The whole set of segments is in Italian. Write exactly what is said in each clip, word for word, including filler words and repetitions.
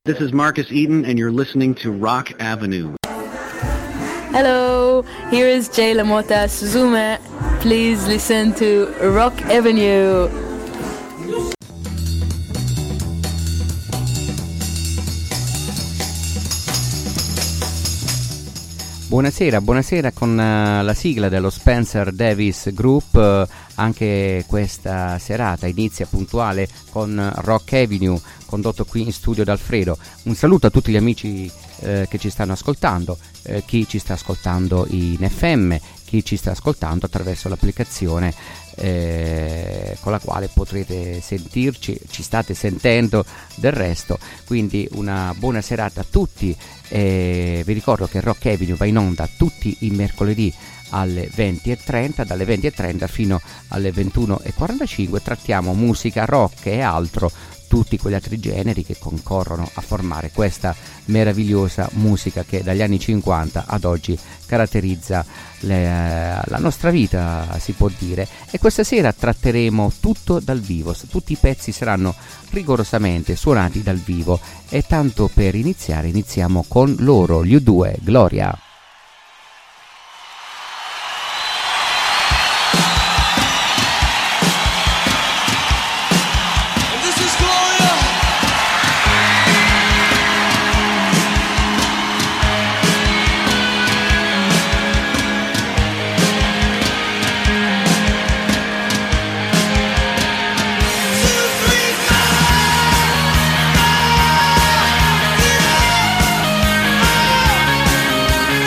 This is Marcus Eaton, and you're listening to Rock Avenue. Hello, here is Jay LaMotta Suzume. Please listen to Rock Avenue. Buonasera, buonasera con uh, la sigla dello Spencer Davis Group. Uh, anche questa serata inizia puntuale con Rock Avenue, condotto qui in studio da Alfredo. Un saluto a tutti gli amici eh, che ci stanno ascoltando, eh, chi ci sta ascoltando in F M, chi ci sta ascoltando attraverso l'applicazione eh, con la quale potrete sentirci, ci state sentendo del resto. Quindi una buona serata a tutti. E vi ricordo che Rock Avenue va in onda tutti i mercoledì alle venti e trenta, dalle venti e trenta fino alle ventuno e quarantacinque. Trattiamo musica rock e altro, tutti quegli altri generi che concorrono a formare questa meravigliosa musica che dagli anni cinquanta ad oggi caratterizza le, la nostra vita, si può dire. E questa sera tratteremo tutto dal vivo, tutti i pezzi saranno rigorosamente suonati dal vivo. E tanto per iniziare iniziamo con loro, gli U due, Gloria. Three,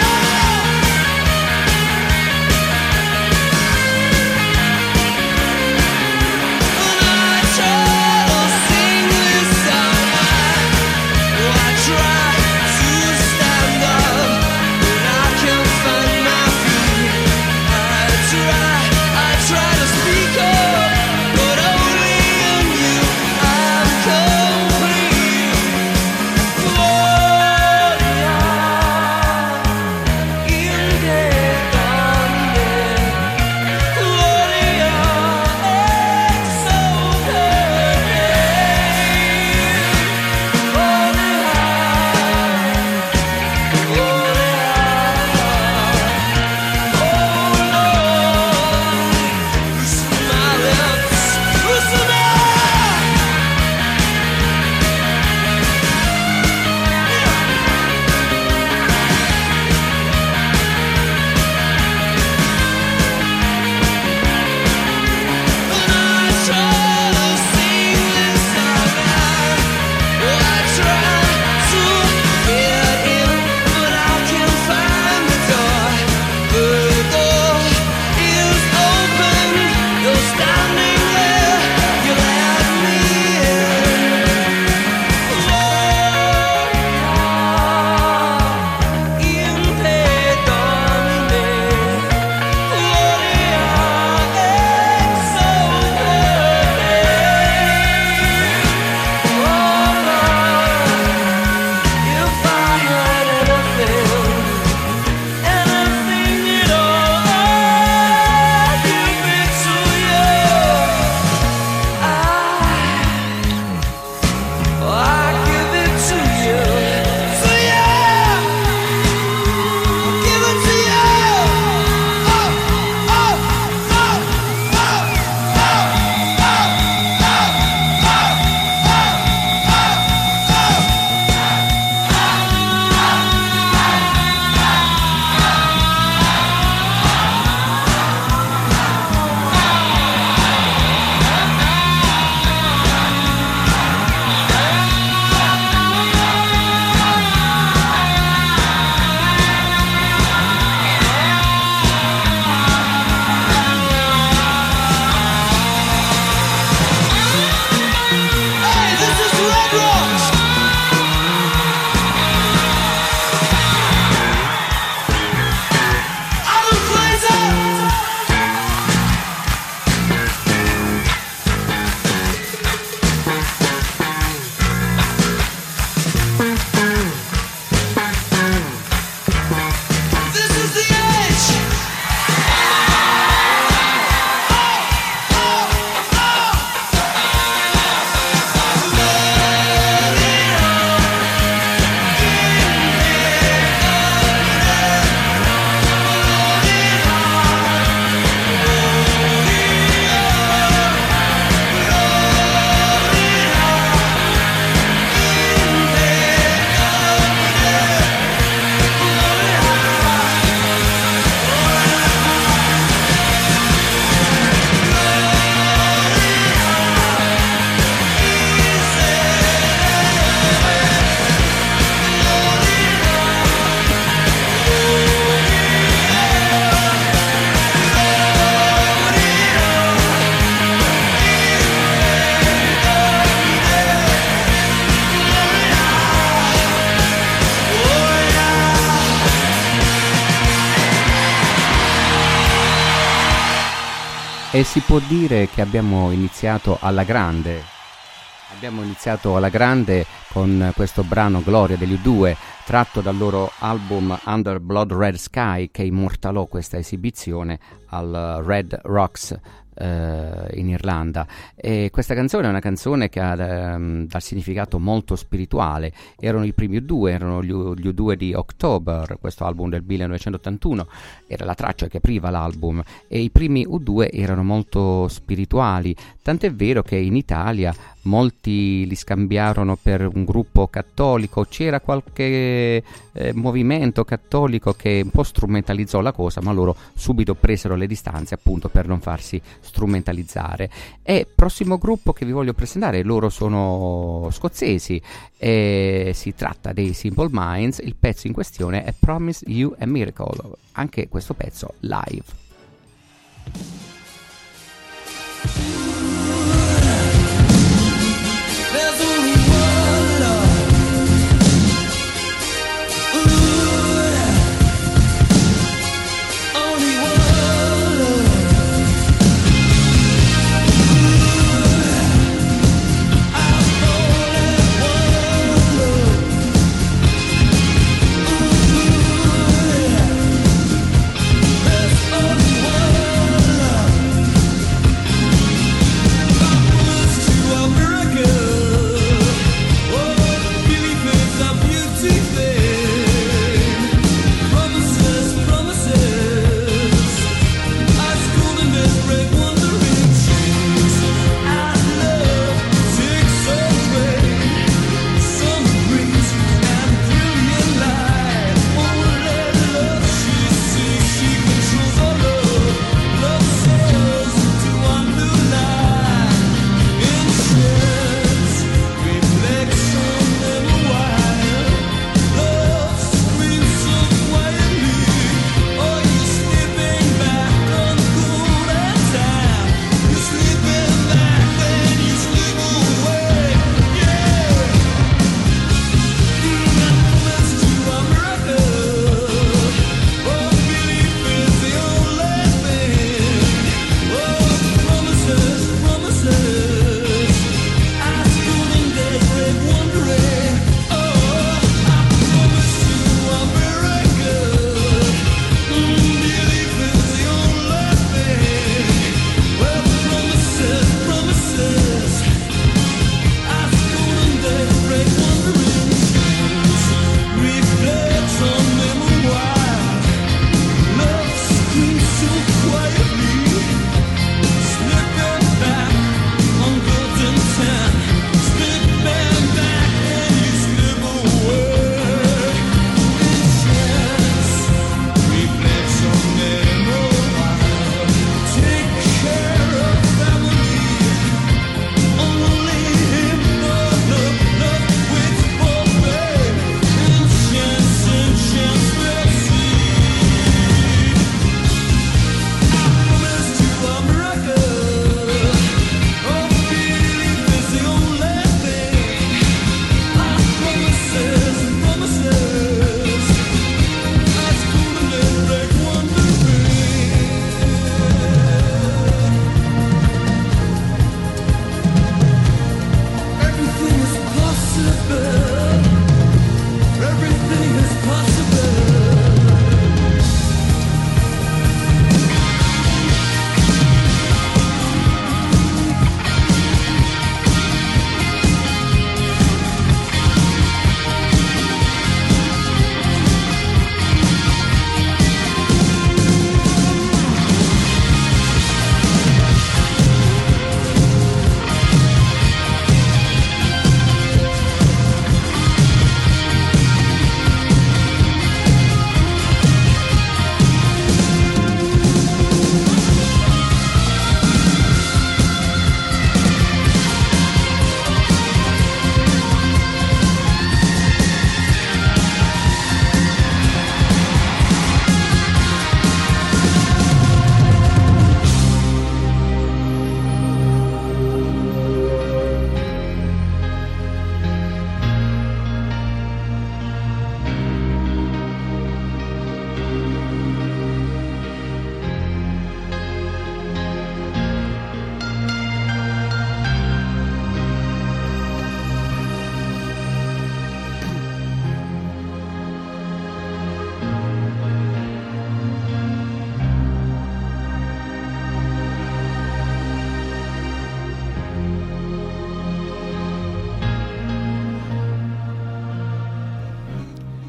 e si può dire che abbiamo iniziato alla grande. Abbiamo iniziato alla grande con questo brano Gloria degli U due, tratto dal loro album Under Blood Red Sky, che immortalò questa esibizione al Red Rocks in Irlanda. E questa canzone è una canzone che ha um, dal significato molto spirituale. Erano i primi U due, erano gli U, gli U due di October, questo album del millenovecentottantuno, era la traccia che apriva l'album, e i primi U due erano molto spirituali, tant'è vero che in Italia molti li scambiarono per un gruppo cattolico. C'era qualche eh, movimento cattolico che un po' strumentalizzò la cosa, ma loro subito presero le distanze, appunto per non farsi strumentalizzare. E prossimo gruppo che vi voglio presentare, loro sono scozzesi e si tratta dei Simple Minds. Il pezzo in questione è Promise You a Miracle, anche questo pezzo live. Love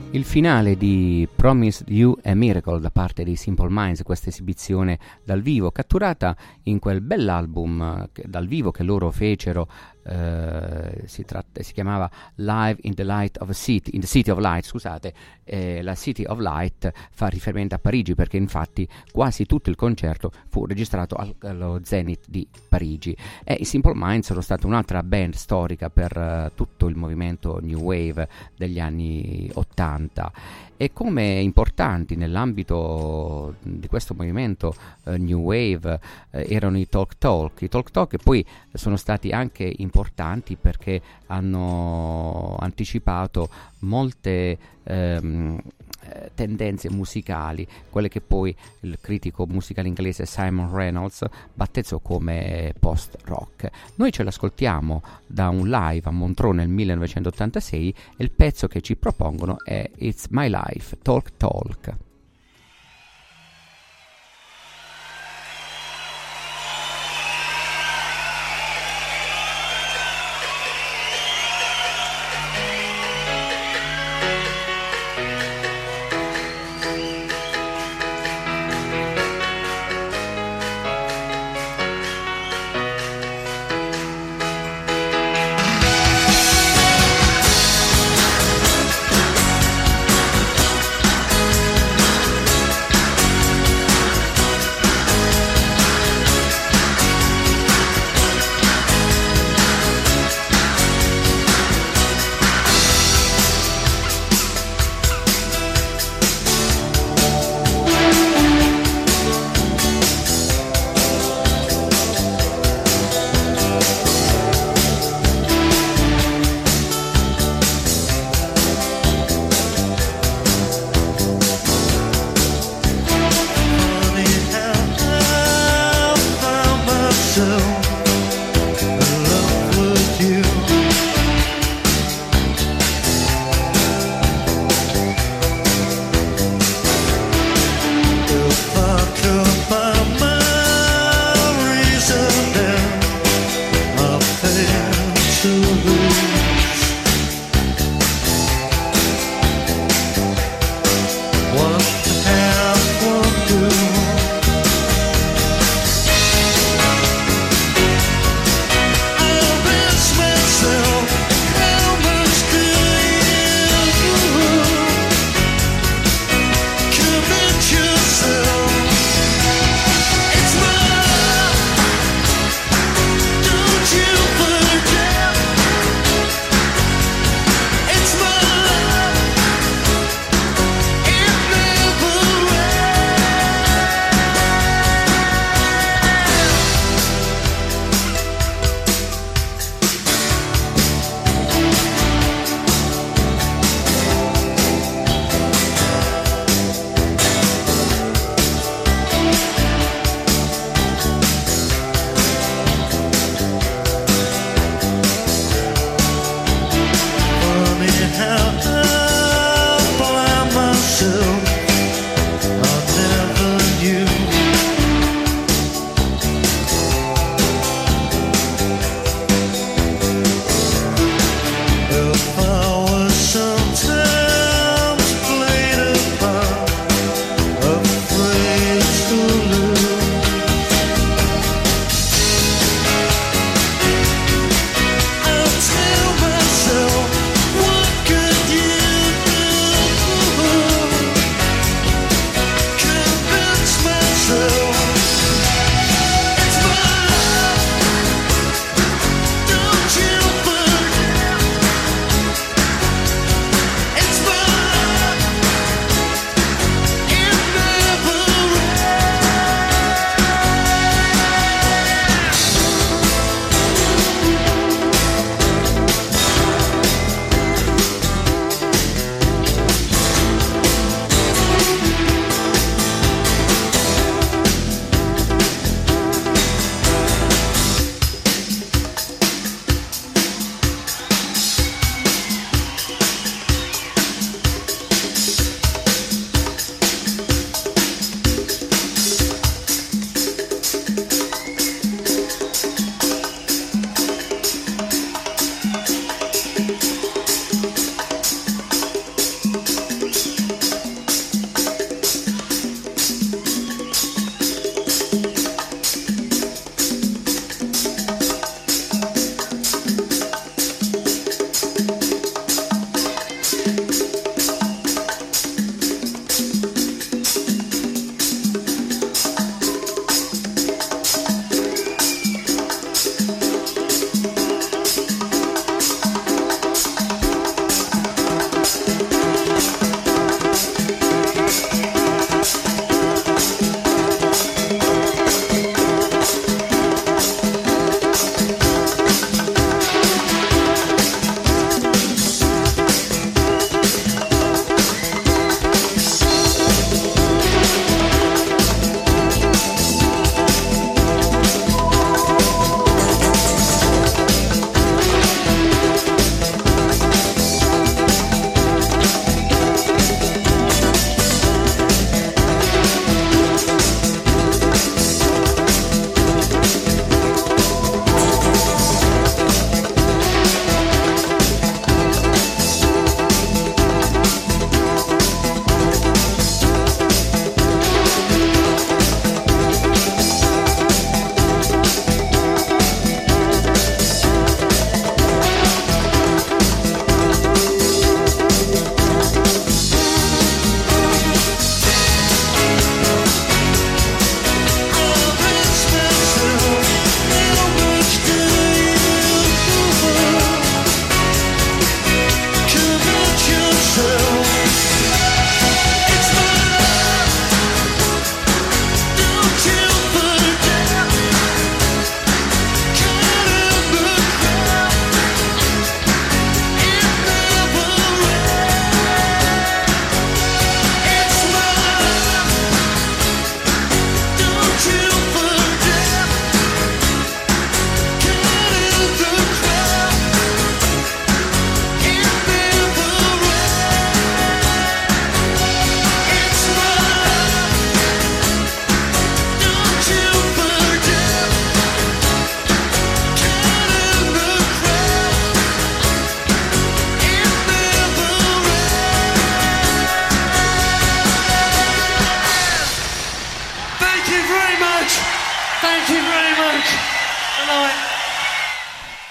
Il finale di Promised You a Miracle da parte dei Simple Minds, questa esibizione dal vivo catturata in quel bell'album che, dal vivo che loro fecero, eh, si, tratta, si chiamava Live in the Light of a City, in the City of Light, scusate, eh, la City of Light fa riferimento a Parigi perché infatti quasi tutto il concerto fu registrato al, allo Zenith di Parigi. E i Simple Minds sono stata un'altra band storica per uh, tutto il movimento New Wave degli anni ottanta, e come importanti nell'ambito di questo movimento uh, New Wave uh, erano i Talk Talk. I Talk Talk poi sono stati anche importanti perché hanno anticipato molte um, tendenze musicali, quelle che poi il critico musicale inglese Simon Reynolds battezzò come post-rock. Noi ce l'ascoltiamo da un live a Montreux nel millenovecentottantasei e il pezzo che ci propongono è It's My Life, Talk Talk. Talk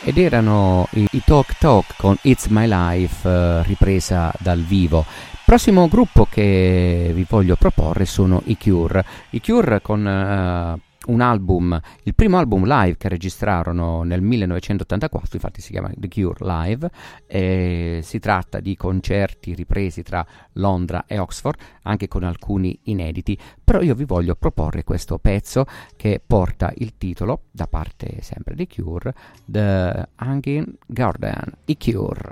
ed erano i, i Talk Talk con It's My Life, eh, ripresa dal vivo. Prossimo gruppo che vi voglio proporre sono i Cure. I Cure con uh, un album, il primo album live che registrarono nel millenovecentottantaquattro, infatti si chiama The Cure Live, e si tratta di concerti ripresi tra Londra e Oxford, anche con alcuni inediti, però io vi voglio proporre questo pezzo che porta il titolo, da parte sempre di Cure, The Hanging Garden, i Cure.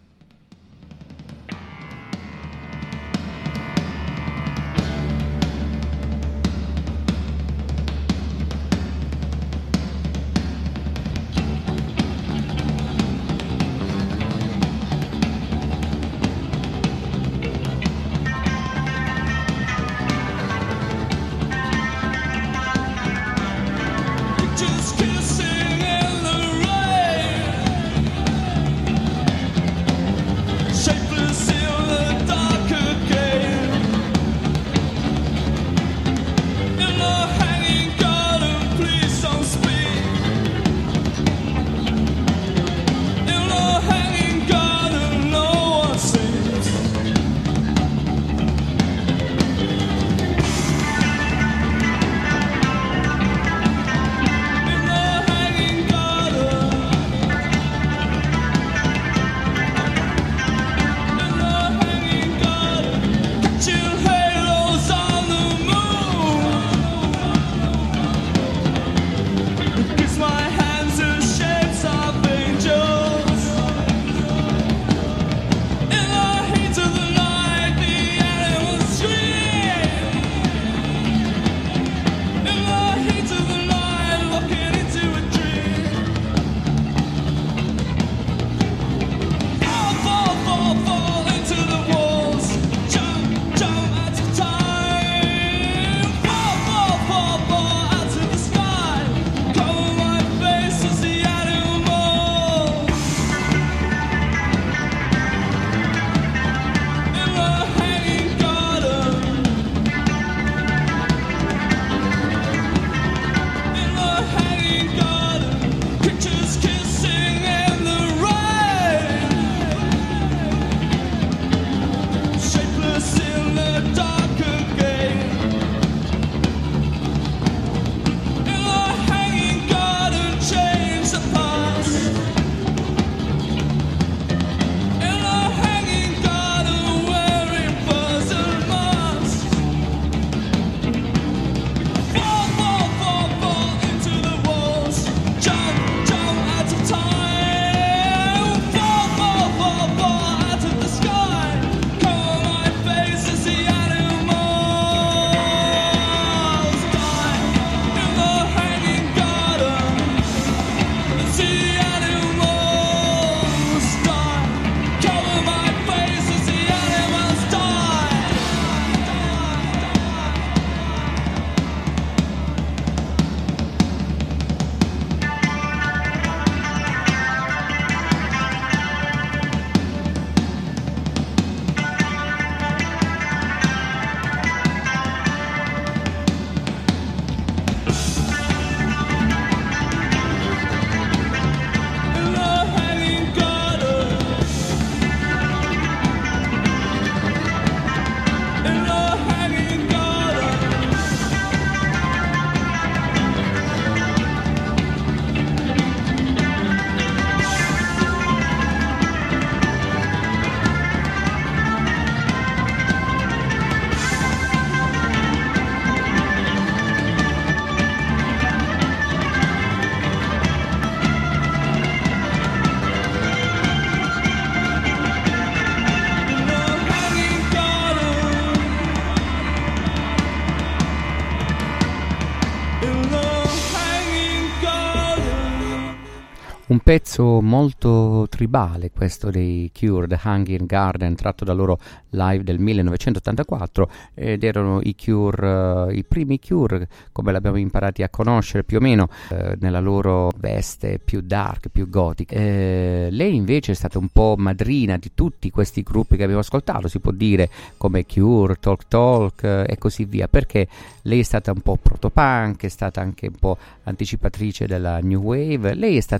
Un pezzo molto tribale questo dei Cure, The Hanging Garden, tratto dal loro live del millenovecentottantaquattro, ed erano i Cure, uh, i primi Cure come l'abbiamo imparati a conoscere più o meno, uh, nella loro veste più dark, più gotica. Uh, lei invece è stata un po' madrina di tutti questi gruppi che abbiamo ascoltato, si può dire, come Cure, Talk Talk uh, e così via, perché lei è stata un po' protopunk, è stata anche un po' anticipatrice della New Wave, lei è stata, è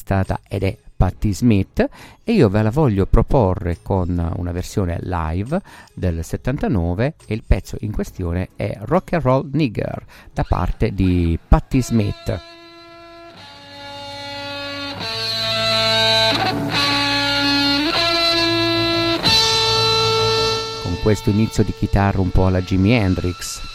stata ed è Patti Smith, e io ve la voglio proporre con una versione live del settantanove, e il pezzo in questione è Rock and Roll Nigger da parte di Patti Smith. Con questo inizio di chitarra un po' alla Jimi Hendrix.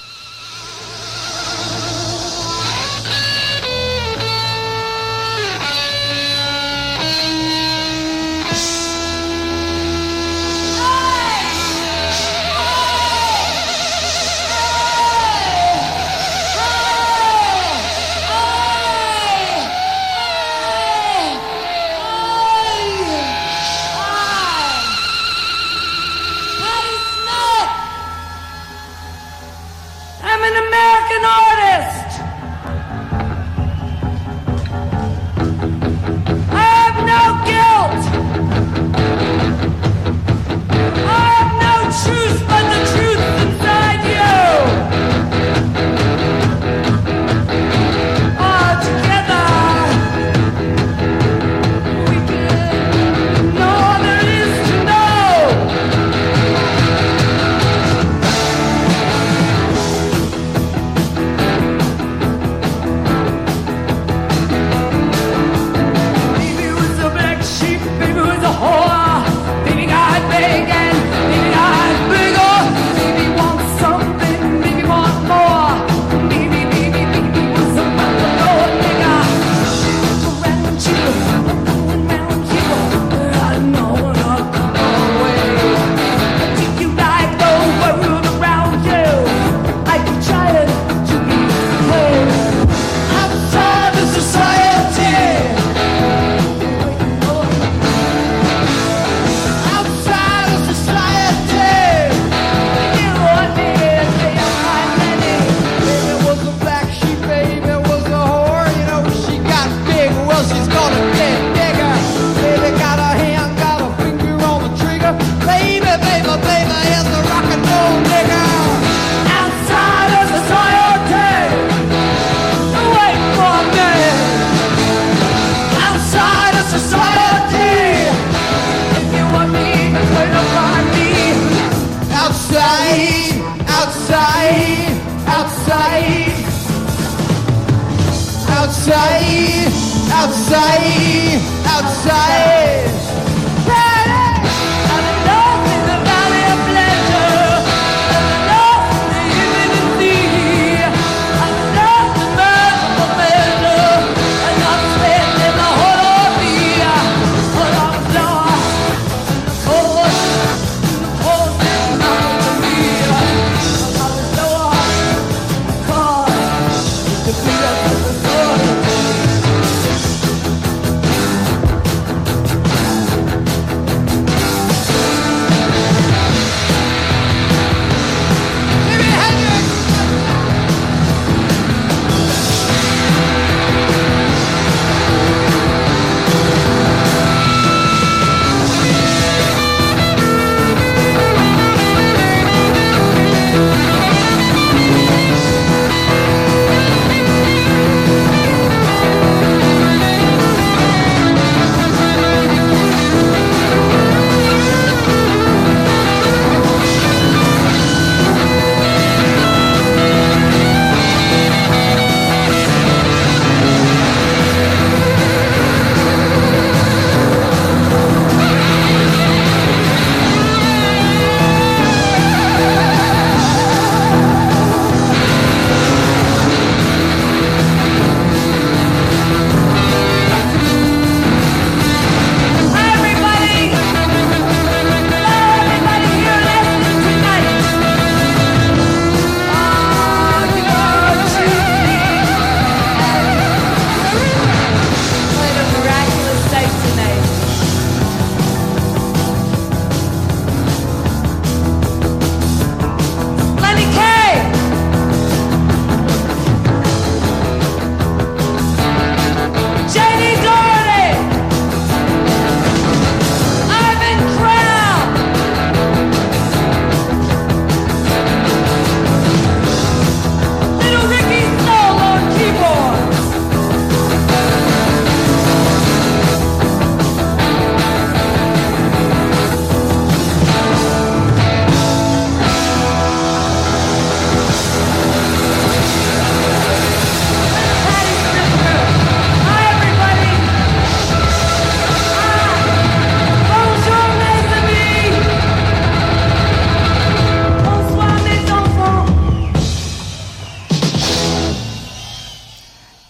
outside, outside.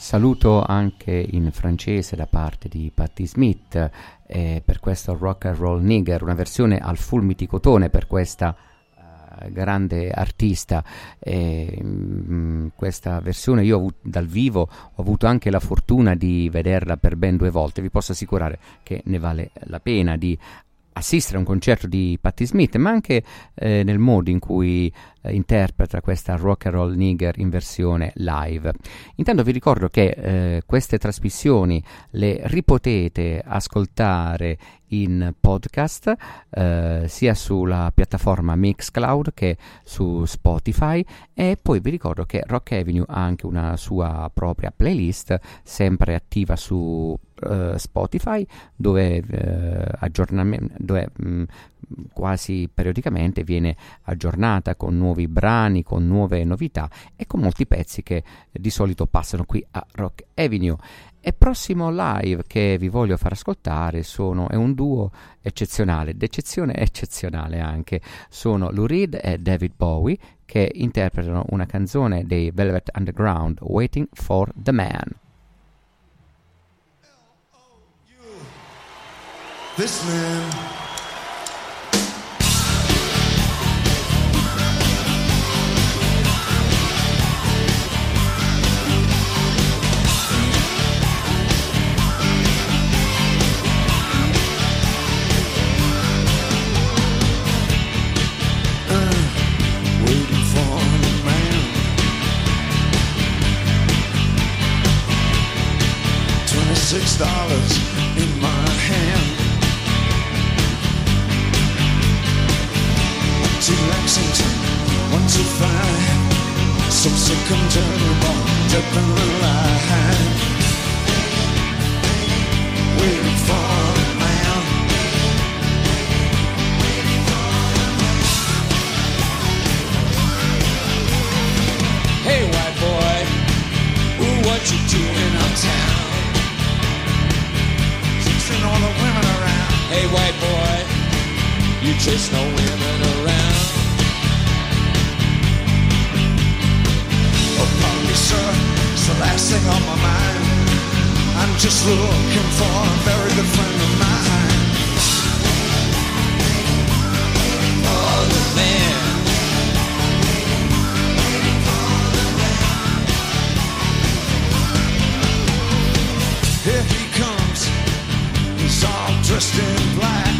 saluto anche in francese da parte di Patti Smith eh, per questo Rock and Roll Nigger, una versione al full miticotone per questa uh, grande artista. E, mh, questa versione io ho avuto, dal vivo ho avuto anche la fortuna di vederla per ben due volte. Vi posso assicurare che ne vale la pena di assistere a un concerto di Patti Smith, ma anche eh, nel modo in cui eh, interpreta questa Rock and Roll Nigger in versione live. Intanto vi ricordo che eh, queste trasmissioni le ripotete ascoltare in podcast eh, sia sulla piattaforma Mixcloud che su Spotify, e poi vi ricordo che Rock Avenue ha anche una sua propria playlist sempre attiva su Uh, Spotify, dove uh, aggiornamento dove mh, quasi periodicamente viene aggiornata con nuovi brani, con nuove novità e con molti pezzi che eh, di solito passano qui a Rock Avenue. E prossimo live che vi voglio far ascoltare sono, è un duo eccezionale, d'eccezione eccezionale anche, sono Lou Reed e David Bowie, che interpretano una canzone dei Velvet Underground, Waiting for the Man. This man uh, waiting for the man. Twenty-six dollars in my hand. To Lexington, one two five. So sick and terrible, dead in the line. Waiting for a man. Hey white boy, ooh, what you doing uptown? Chasing all the women around. Hey white boy, you chase no women around. Oh, pardon me, sir, it's the last thing on my mind. I'm just looking for a very good friend of mine. Oh, the man. Here he comes, he's all dressed in black.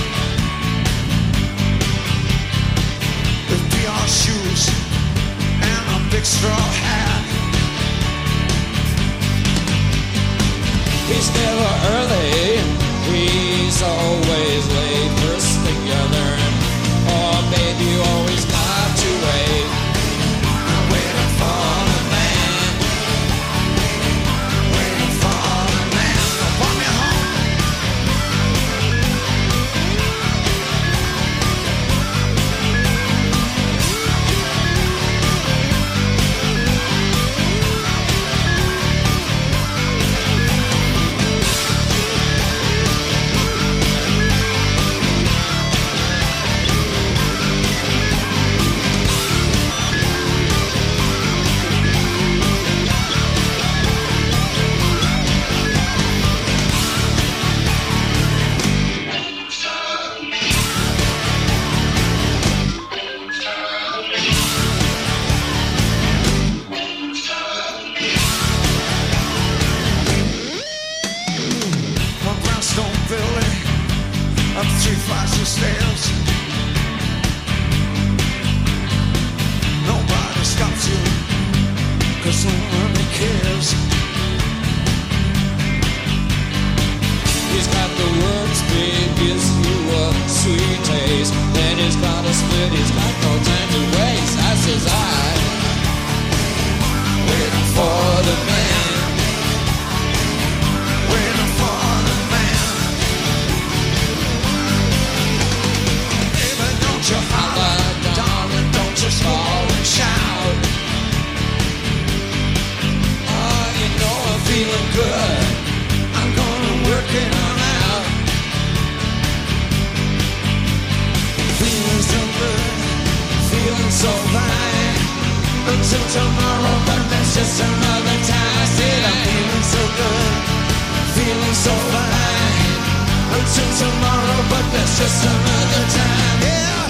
With P R shoes and a big straw hat. He's never early, he's always late. First together, oh baby, you always got to wait. I'm waiting for the man, waiting for the man to bring me home. Up three flights of stairs. Nobody stops you, cause nobody cares. He's got the words big, gives you a sweet taste. Then he's got a split, he's got no time to waste. That's his eye, waiting for the man, waiting for the man. Don't you holler, darling, don't you call and shout. Oh, you know I'm feeling good, I'm gonna work it on out. Feeling so good, feeling so fine. Until tomorrow, but that's just another time. I said I'm good, feeling so fine. Until tomorrow, but that's just another time. Yeah,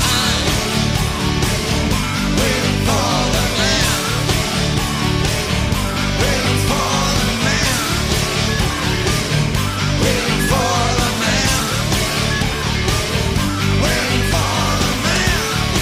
I'm waiting for the man, waiting for the man, waiting for the man, waiting for the man.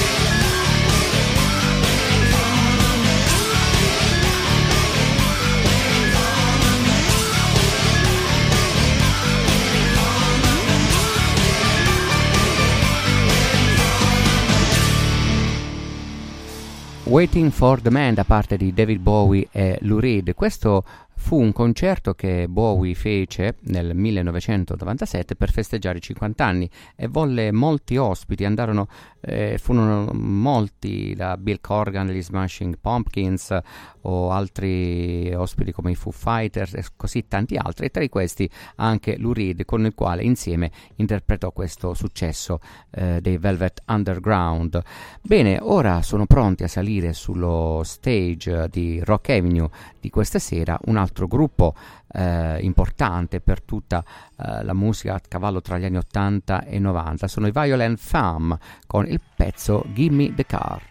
Waiting for the Man da parte di David Bowie e Lou Reed. Questo fu un concerto che Bowie fece nel millenovecentonovantasette per festeggiare i cinquanta anni e volle molti ospiti. Andarono, eh, furono molti, da Bill Corgan degli Smashing Pumpkins o altri ospiti come i Foo Fighters e così tanti altri, e tra questi anche Lou Reed, con il quale insieme interpretò questo successo eh, dei Velvet Underground. Bene, ora sono pronti a salire sullo stage di Rock Avenue di questa sera un altro gruppo eh, importante per tutta eh, la musica a cavallo tra gli anni ottanta e novanta. Sono i Violent Femmes con il pezzo Gimme the Car.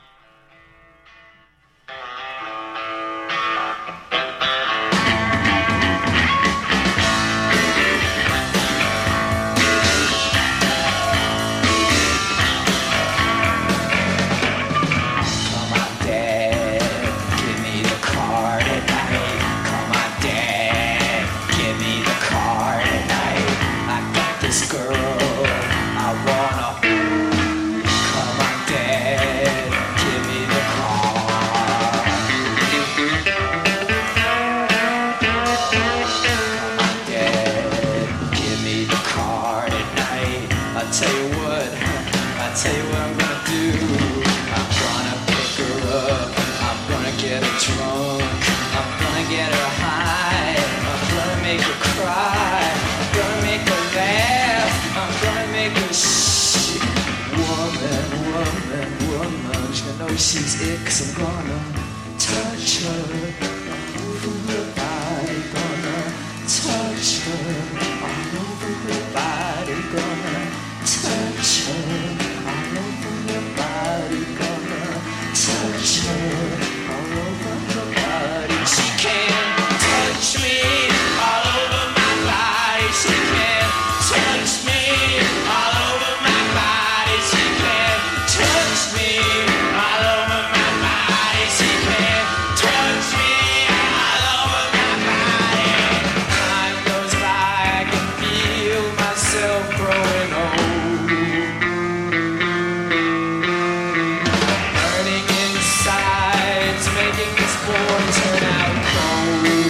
She's it, 'cause I'm gonna touch her all over her body, gonna touch her all over her body, gonna touch her all over her body, gonna touch her all over her body. She can touch me all over my body, she can touch me all over my body, she can touch me all over my body, she can touch me all over my body. Time goes by, I can feel myself growing old, burning inside, it's making this boy turn out cold.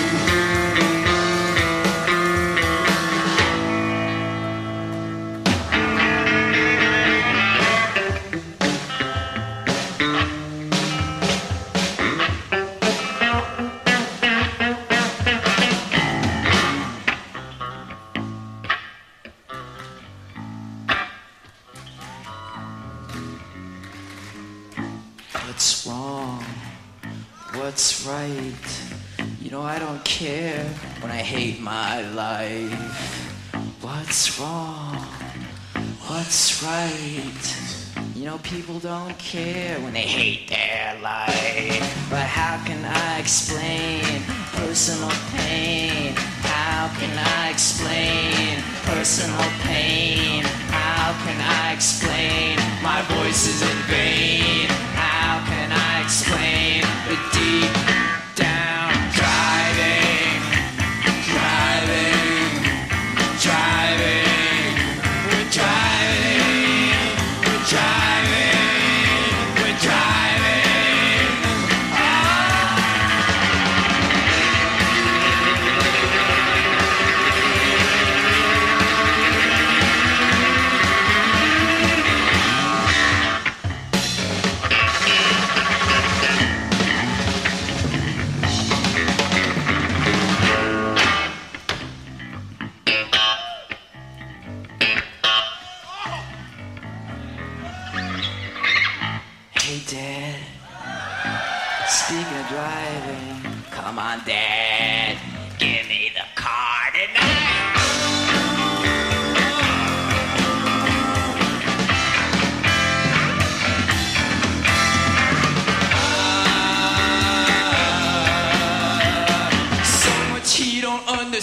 What's wrong? What's right? You know I don't care when I hate my life. What's wrong? What's right? You know people don't care when they hate their life. But how can I explain personal pain? How can I explain personal pain? How can I explain my voice is in vain? How can I explain the deep down driving, driving, driving, we're driving, we're driving, we're driving. Ah. Hey Dad, speaking of driving, come on Dad, give me the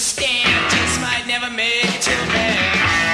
understand, just might never make it till then.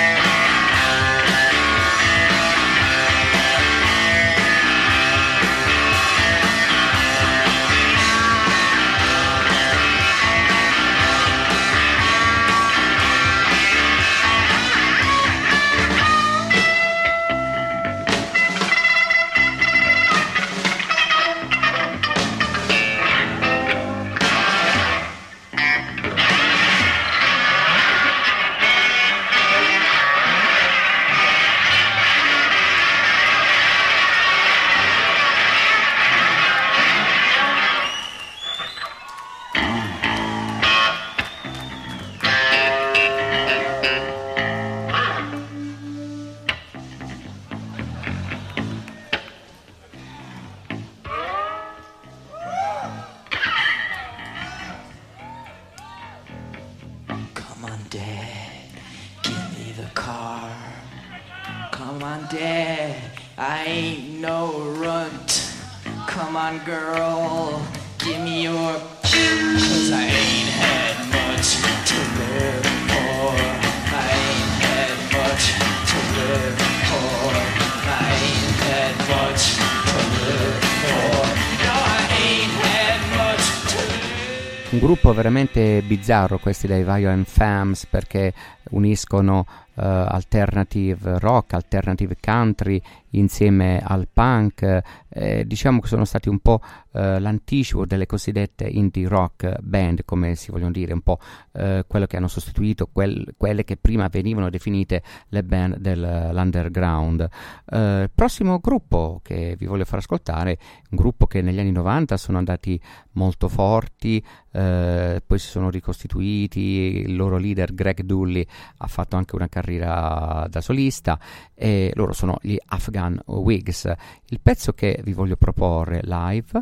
Un gruppo veramente bizzarro questi dei Violent Femmes, perché uniscono uh, alternative rock, alternative country insieme al punk. Eh, diciamo che sono stati un po' uh, l'anticipo delle cosiddette indie rock band, come si vogliono dire, un po' uh, quello che hanno sostituito quel, quelle che prima venivano definite le band dell'underground. Uh, il prossimo gruppo che vi voglio far ascoltare, un gruppo che negli anni novanta sono andati molto forti, uh, poi si sono ricostituiti, il loro leader Greg Dulli ha fatto anche una carriera da solista, e loro sono gli Afghan Whigs. Il pezzo che vi voglio proporre live,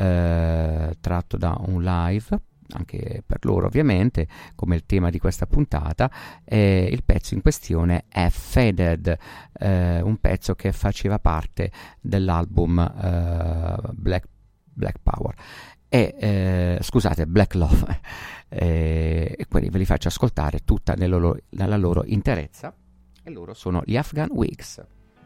eh, tratto da un live anche per loro ovviamente, come il tema di questa puntata, e il pezzo in questione è Faded, eh, un pezzo che faceva parte dell'album eh, Black, Black Power e eh, scusate Black Love, eh, e quindi ve li faccio ascoltare tutta nella loro, nella loro interezza, e loro sono gli Afghan Whigs.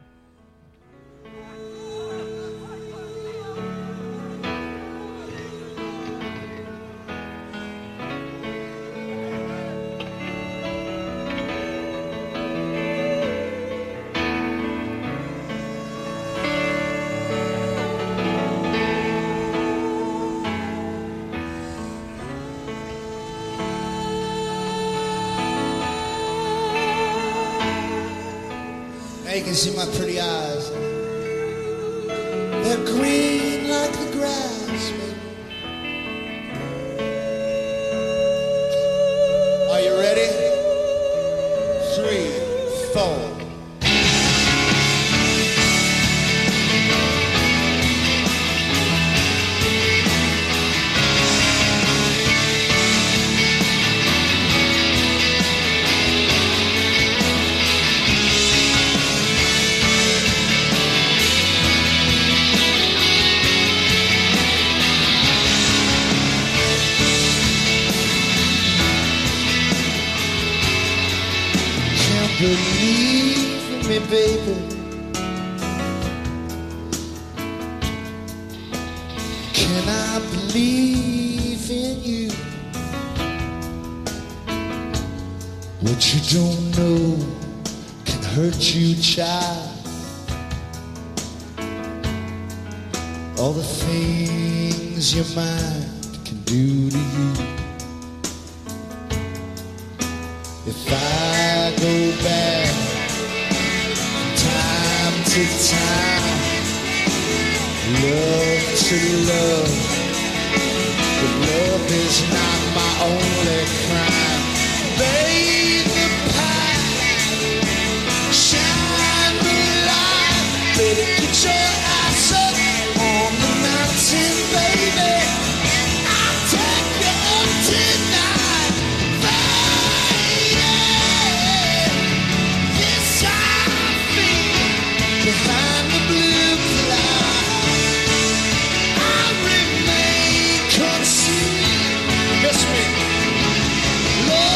You can see my pretty eyes. They're green like the grass, baby. Are you ready? Three, four. Believe in me, baby. Can I believe in you? What you don't know can hurt you, child. All the things your mind can do to you. If I go back from time to time, love to love, but love is not my only crime. Bathe the pie, shine the light, baby, get your eyes up on the mountain, baby. I'll take you up tonight. Behind the blue cloud, I remain concealed. Yes, me. Lord,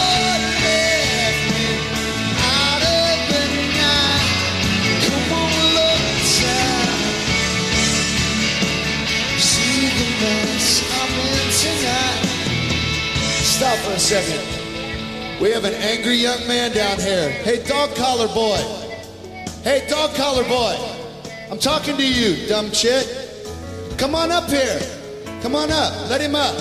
out for a second. We have an angry young man down here. Hey, dog collar boy. Hey, dog collar boy. I'm talking to you, dumb shit. Come on up here. Come on up. Let him up.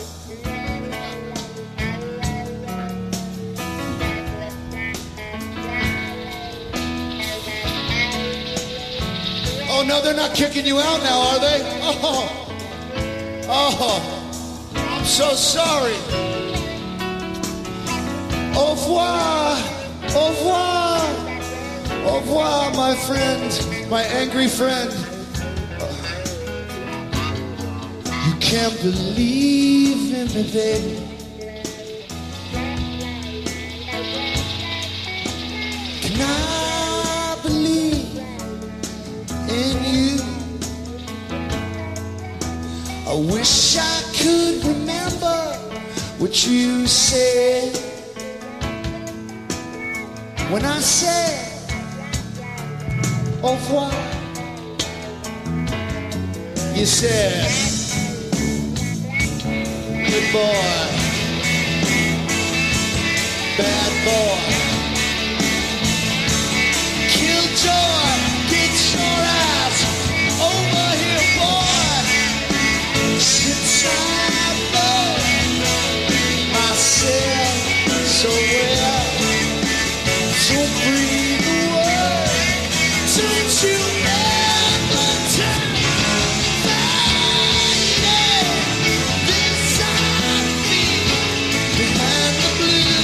Oh, no, they're not kicking you out now, are they? Oh, oh, I'm so sorry. Au revoir, au revoir, au revoir, my friend, my angry friend. You can't believe in me, baby. Can I believe in you? I wish I could remember what you said when I said au revoir. You said good boy, bad boy, killjoy, get your ass over here, boy. Since I know myself so well, don't breathe a word, don't you ever tell me this I feel behind the blue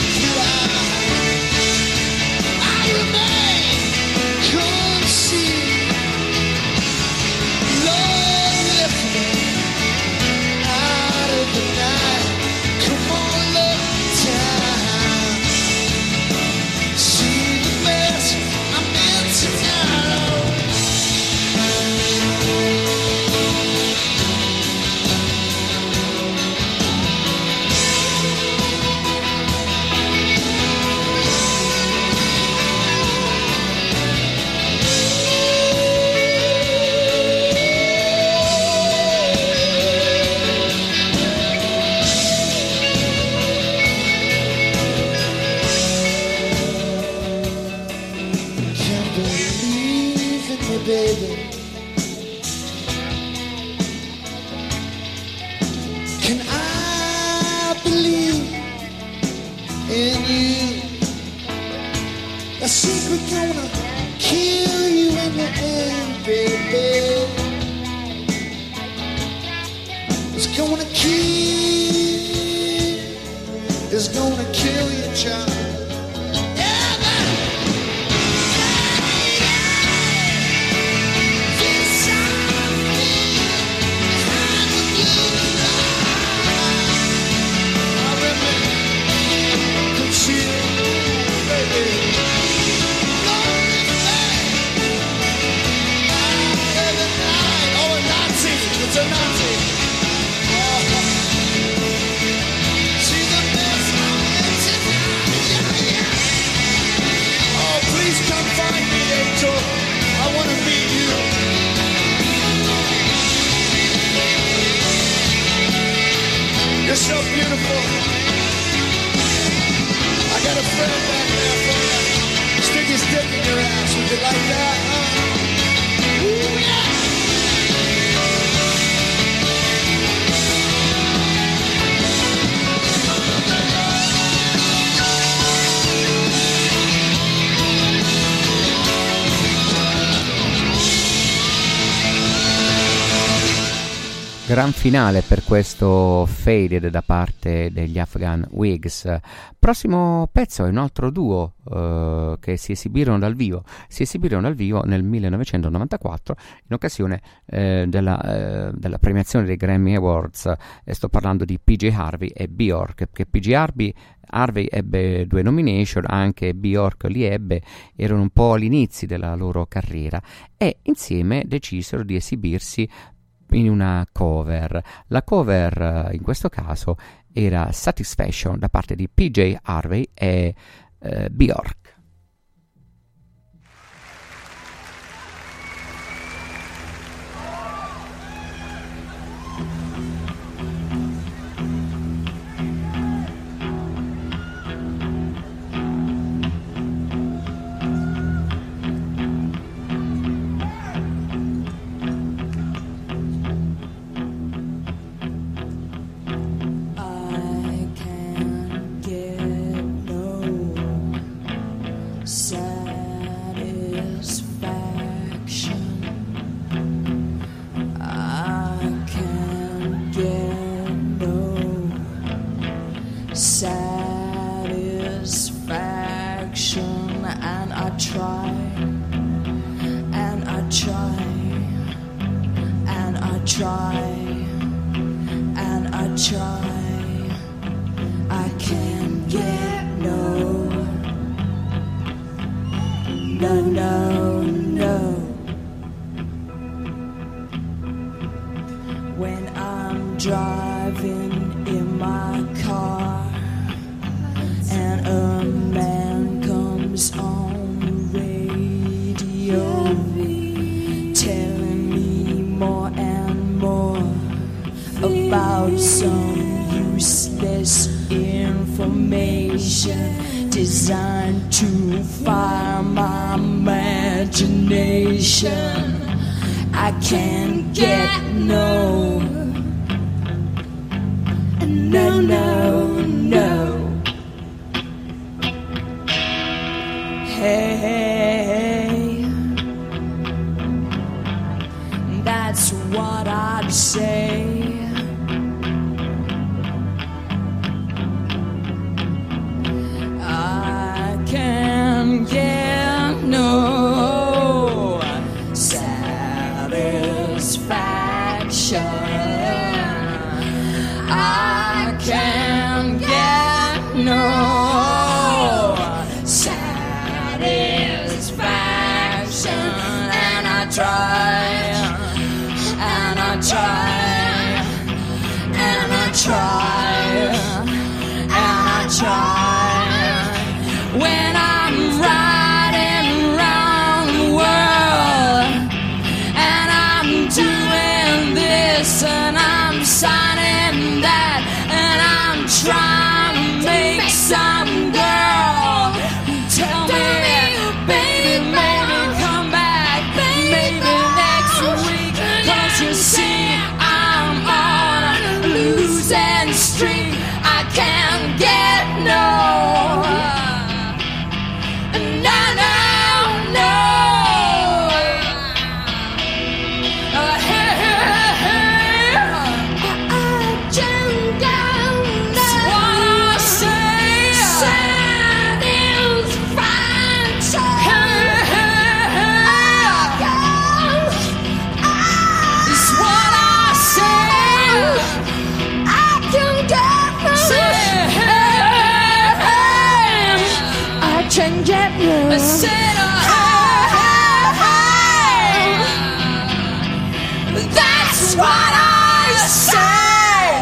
cloud. I remain concealed. Lord, lift me out of the night. Come on, look down. See the mess I'm in tonight. Can't believe in me, baby. Can I believe in you? A secret gonna kill you in the end, baby. It's gonna kill, it's gonna kill you, child. You're so beautiful. I got a friend back there for you. Stick his dick in your ass. Would you like that? Huh? Ooh, yeah. Gran finale per questo Faded da parte degli Afghan Whigs. Prossimo pezzo è un altro duo uh, che si esibirono dal vivo. Si esibirono dal vivo nel millenovecentonovantaquattro in occasione eh, della, eh, della premiazione dei Grammy Awards. E sto parlando di P J Harvey e Bjork, che P J Harvey, Harvey ebbe due nomination, anche Bjork li ebbe, erano un po' all'inizio della loro carriera e insieme decisero di esibirsi in una cover. La cover in questo caso era Satisfaction da parte di P J Harvey e eh, Bjork. try and I try, I can't get no, no, no, no. When I'm driving in my car and a man comes on the radio telling me more and more about some useless information designed to fire my imagination, I can't get no, no, no, no. Hey, hey, hey, that's what I'd say. I can't get no satisfaction. I can't get no satisfaction, and I try, and I try, and I try, and I try. When I'm riding around the world, and I'm doing this, and I'm signing that, and I'm trying to make some girl tell me, baby, maybe come back, maybe next week, 'cause you see I'm on a losing streak. I can't get no, no, no, no. Uh, hey, hey, hey. I can't get no. That's what I say. Satisfaction. Hey, hey, hey. It's what I say. I can get no. I can get no. I said, oh, hey, hey. That's what I say.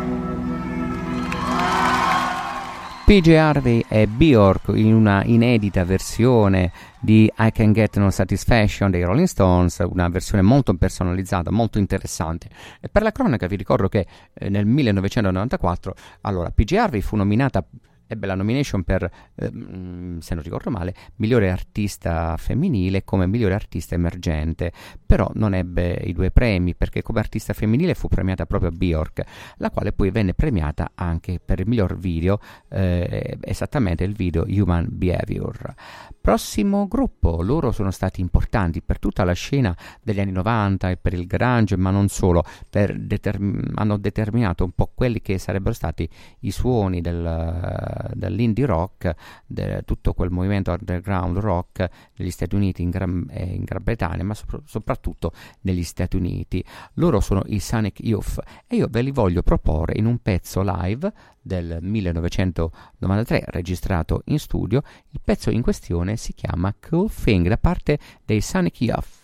P J Harvey e Bjork in una inedita versione di I Can Get No Satisfaction dei Rolling Stones, una versione molto personalizzata, molto interessante. E per la cronaca vi ricordo che eh, nel millenovecentonovantaquattro, allora, P J Harvey fu nominata, ebbe la nomination per, ehm, se non ricordo male, migliore artista femminile come migliore artista emergente, però non ebbe i due premi perché come artista femminile fu premiata proprio Bjork, la quale poi venne premiata anche per il miglior video, eh, esattamente il video Human Behavior. Prossimo gruppo, loro sono stati importanti per tutta la scena degli anni novanta e per il grunge, ma non solo, per determ- hanno determinato un po' quelli che sarebbero stati i suoni del, dell'indie rock, de, tutto quel movimento underground rock negli Stati Uniti, in Gran, eh, in Gran Bretagna, ma sopr- soprattutto negli Stati Uniti. Loro sono i Sonic Youth e io ve li voglio proporre in un pezzo live del millenovecentonovantatré registrato in studio. Il pezzo in questione si chiama Cool Thing da parte dei Sonic Youth.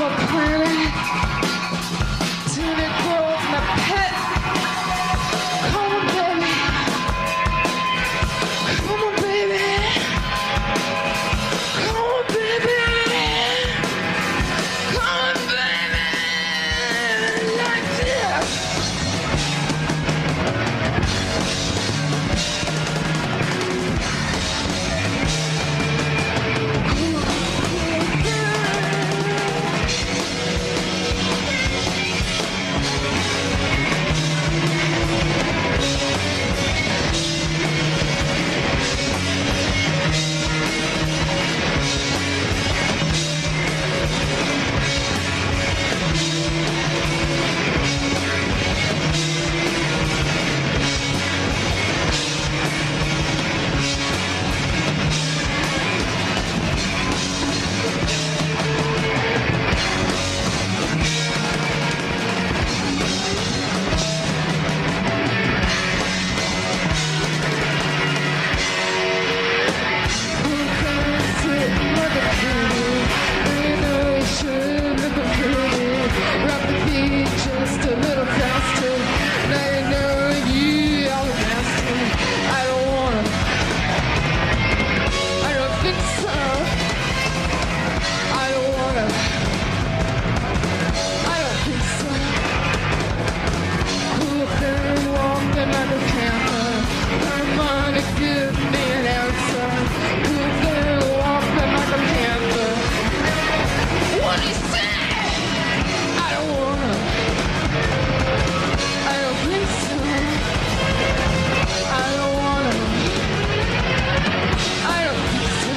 little planet. Till it grows in a pet. Come on, baby. Come on, baby. Come on, baby. Come on, baby. Like this. Just a little faster. Now you know you are the master. I don't wanna. I don't think so. I don't wanna. I don't think so. Cool thing walking like a panther. Come on to give me an answer. Cool thing walking like a panther. What do you say? I don't wanna. I don't think so. I don't wanna. I don't think so.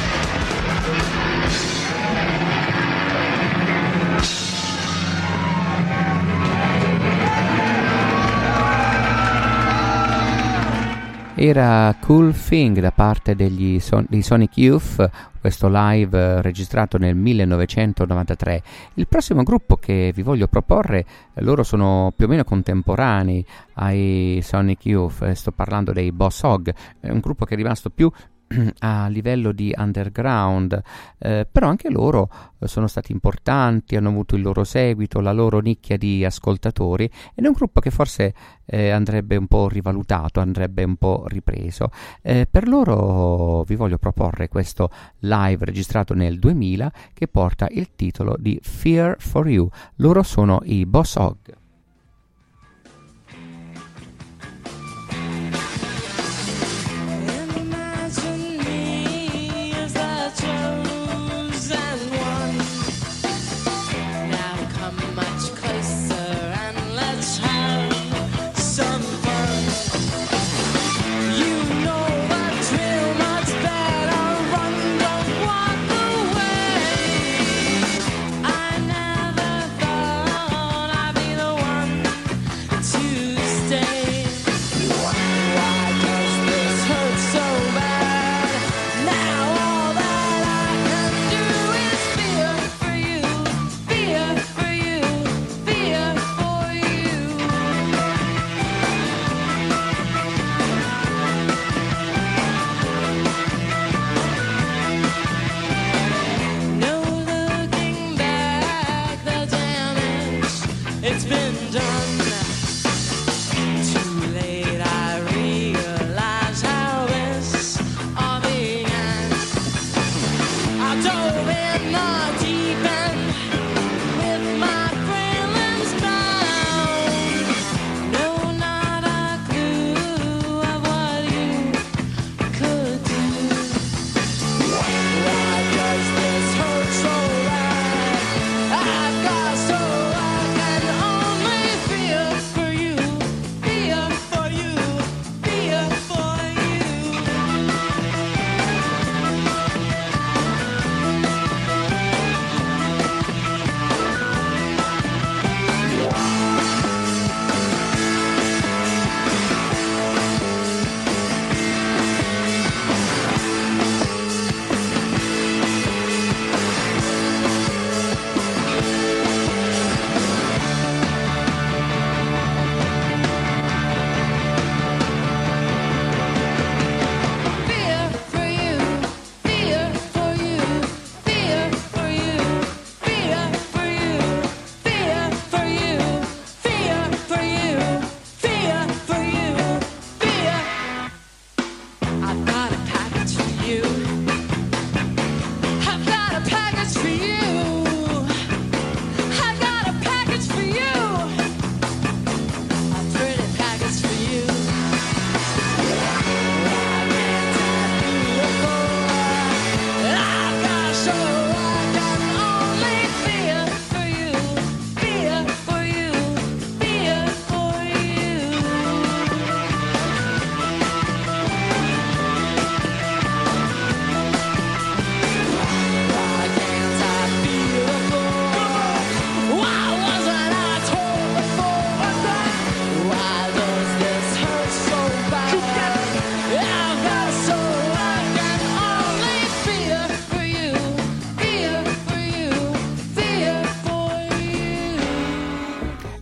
Era Cool Thing da parte degli Son- dei Sonic Youth, questo live eh, registrato nel millenovecentonovantatré. Il prossimo gruppo che vi voglio proporre, eh, loro sono più o meno contemporanei ai Sonic Youth, eh, sto parlando dei Boss Hog, è un gruppo che è rimasto più a livello di underground, eh, però anche loro eh, sono stati importanti, hanno avuto il loro seguito, la loro nicchia di ascoltatori, ed è un gruppo che forse eh, andrebbe un po' rivalutato, andrebbe un po' ripreso. Eh, per loro vi voglio proporre questo live registrato nel duemila che porta il titolo di Fear for You. Loro sono i Boss Hog. I never thought I'd be the one.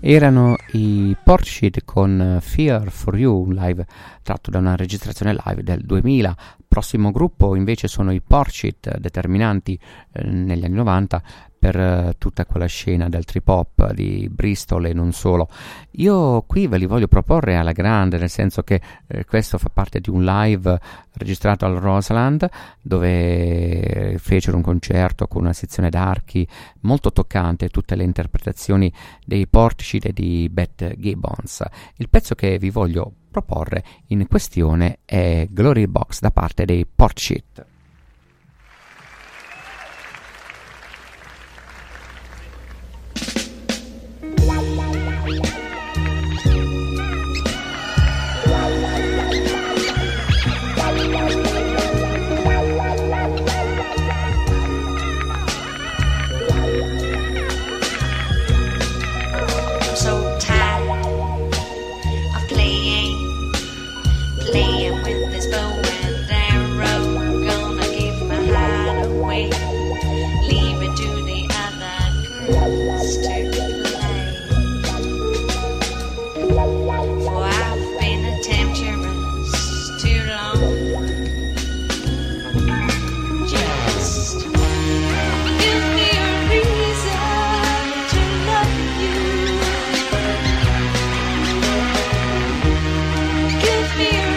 Erano i Portishead con Fear for You, un live tratto da una registrazione live del duemila. Prossimo gruppo invece sono i Portishead, determinanti eh, negli anni novanta per eh, tutta quella scena del trip hop di Bristol e non solo. Io qui ve li voglio proporre alla grande, nel senso che eh, questo fa parte di un live registrato al Roseland, dove fecero un concerto con una sezione d'archi molto toccante, tutte le interpretazioni dei Portishead e di Beth Gibbons. Il pezzo che vi voglio proporre in questione è Glory Box da parte dei Portishead. Playing with this bow and arrow, gonna give my heart away, leave it to the other girls to play. For I've been a temptress too long. Just give me a reason to love you. Give me a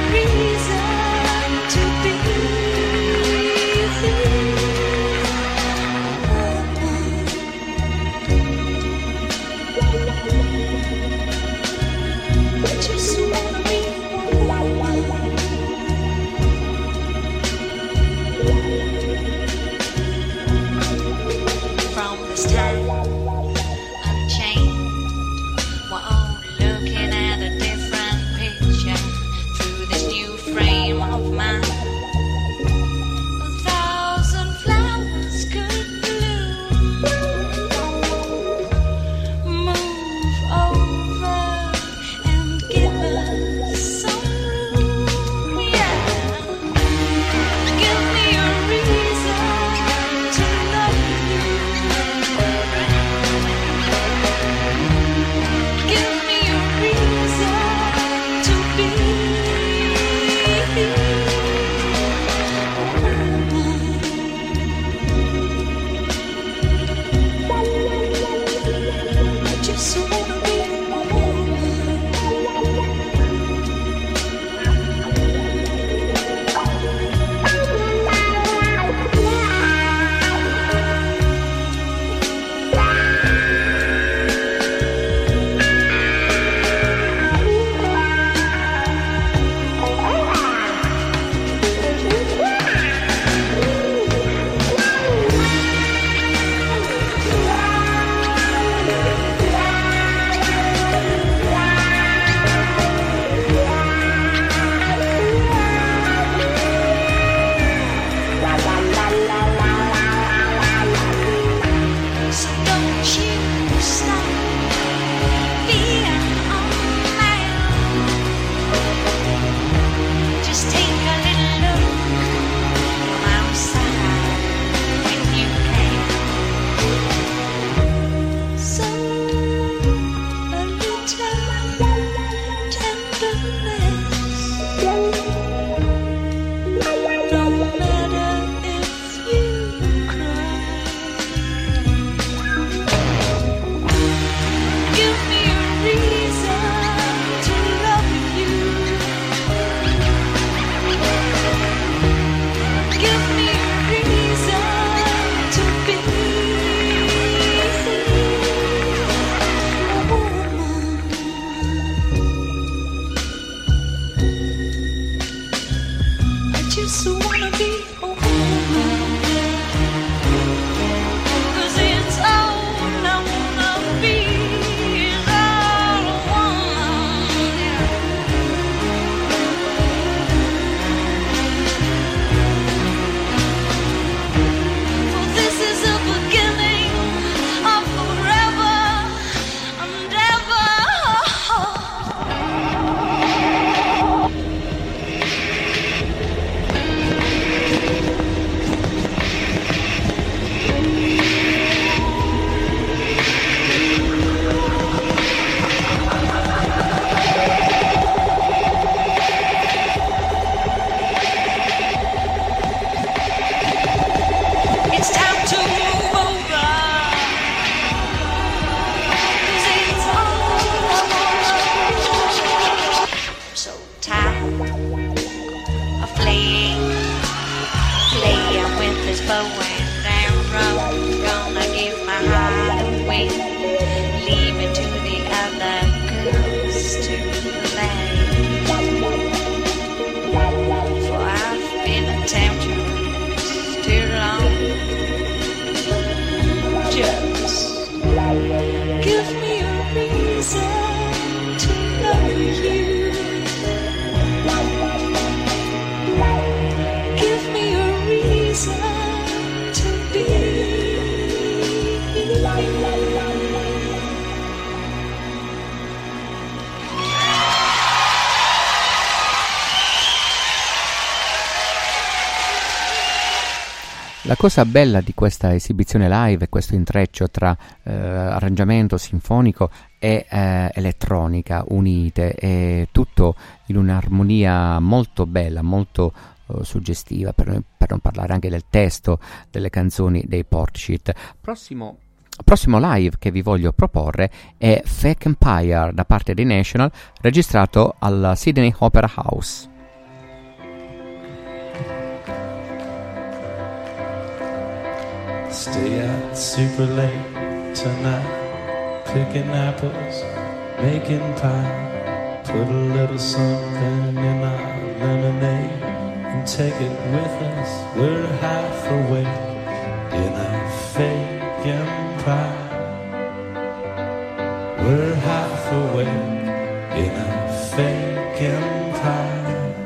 La cosa bella di questa esibizione live è questo intreccio tra eh, arrangiamento sinfonico e eh, elettronica unite, e tutto in un'armonia molto bella, molto uh, suggestiva, per, per non parlare anche del testo delle canzoni dei Portishead. Prossimo Prossimo live che vi voglio proporre è Fake Empire da parte dei National, registrato al Sydney Opera House. Stay out super late tonight, picking apples, making pie. Put a little something in our lemonade and take it with us. We're half awake in a fake empire. We're half awake in a fake empire.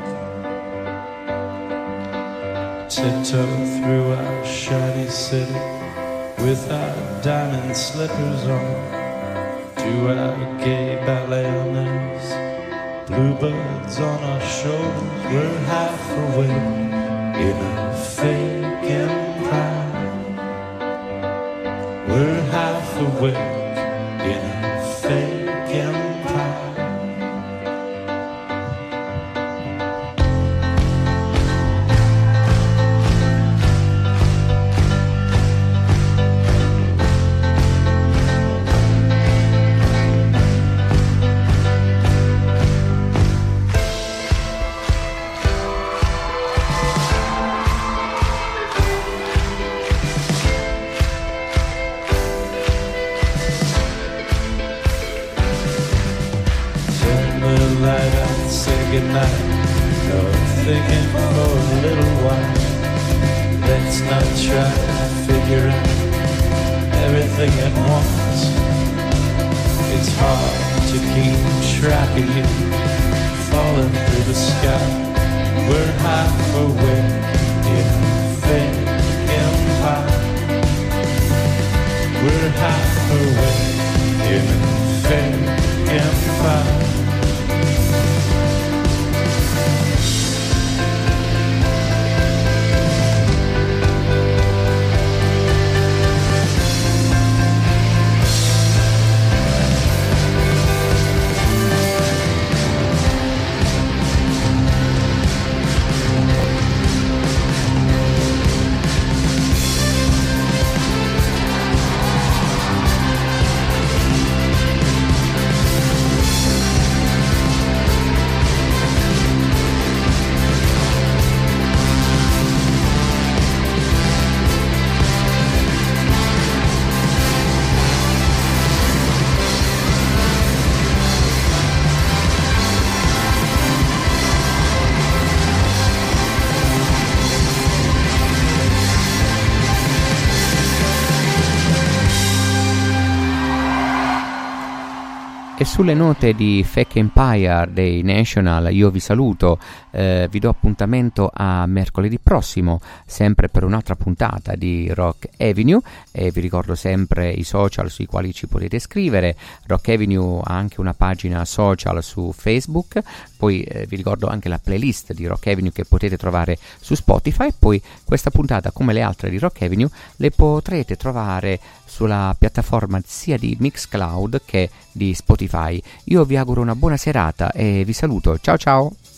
Tiptoe through our shiny city with our diamond slippers on. Do our gay ballet on us, bluebirds on our shoulders. We're half awake in a fake empire. We're half awake in a fake empire. Goodnight, no thinking for a little while. Let's not try to figure out everything at once. It's hard to keep track of you falling through the sky. We're half awake in a fake empire. We're half awake in a fake empire. E sulle note di Fake Empire dei National io vi saluto, eh, vi do appuntamento a mercoledì prossimo, sempre per un'altra puntata di Rock Avenue, e vi ricordo sempre i social sui quali ci potete scrivere. Rock Avenue ha anche una pagina social su Facebook, poi eh, vi ricordo anche la playlist di Rock Avenue che potete trovare su Spotify. Poi questa puntata, come le altre di Rock Avenue, le potrete trovare sulla piattaforma sia di Mixcloud che di Spotify. Io vi auguro una buona serata e vi saluto. Ciao ciao!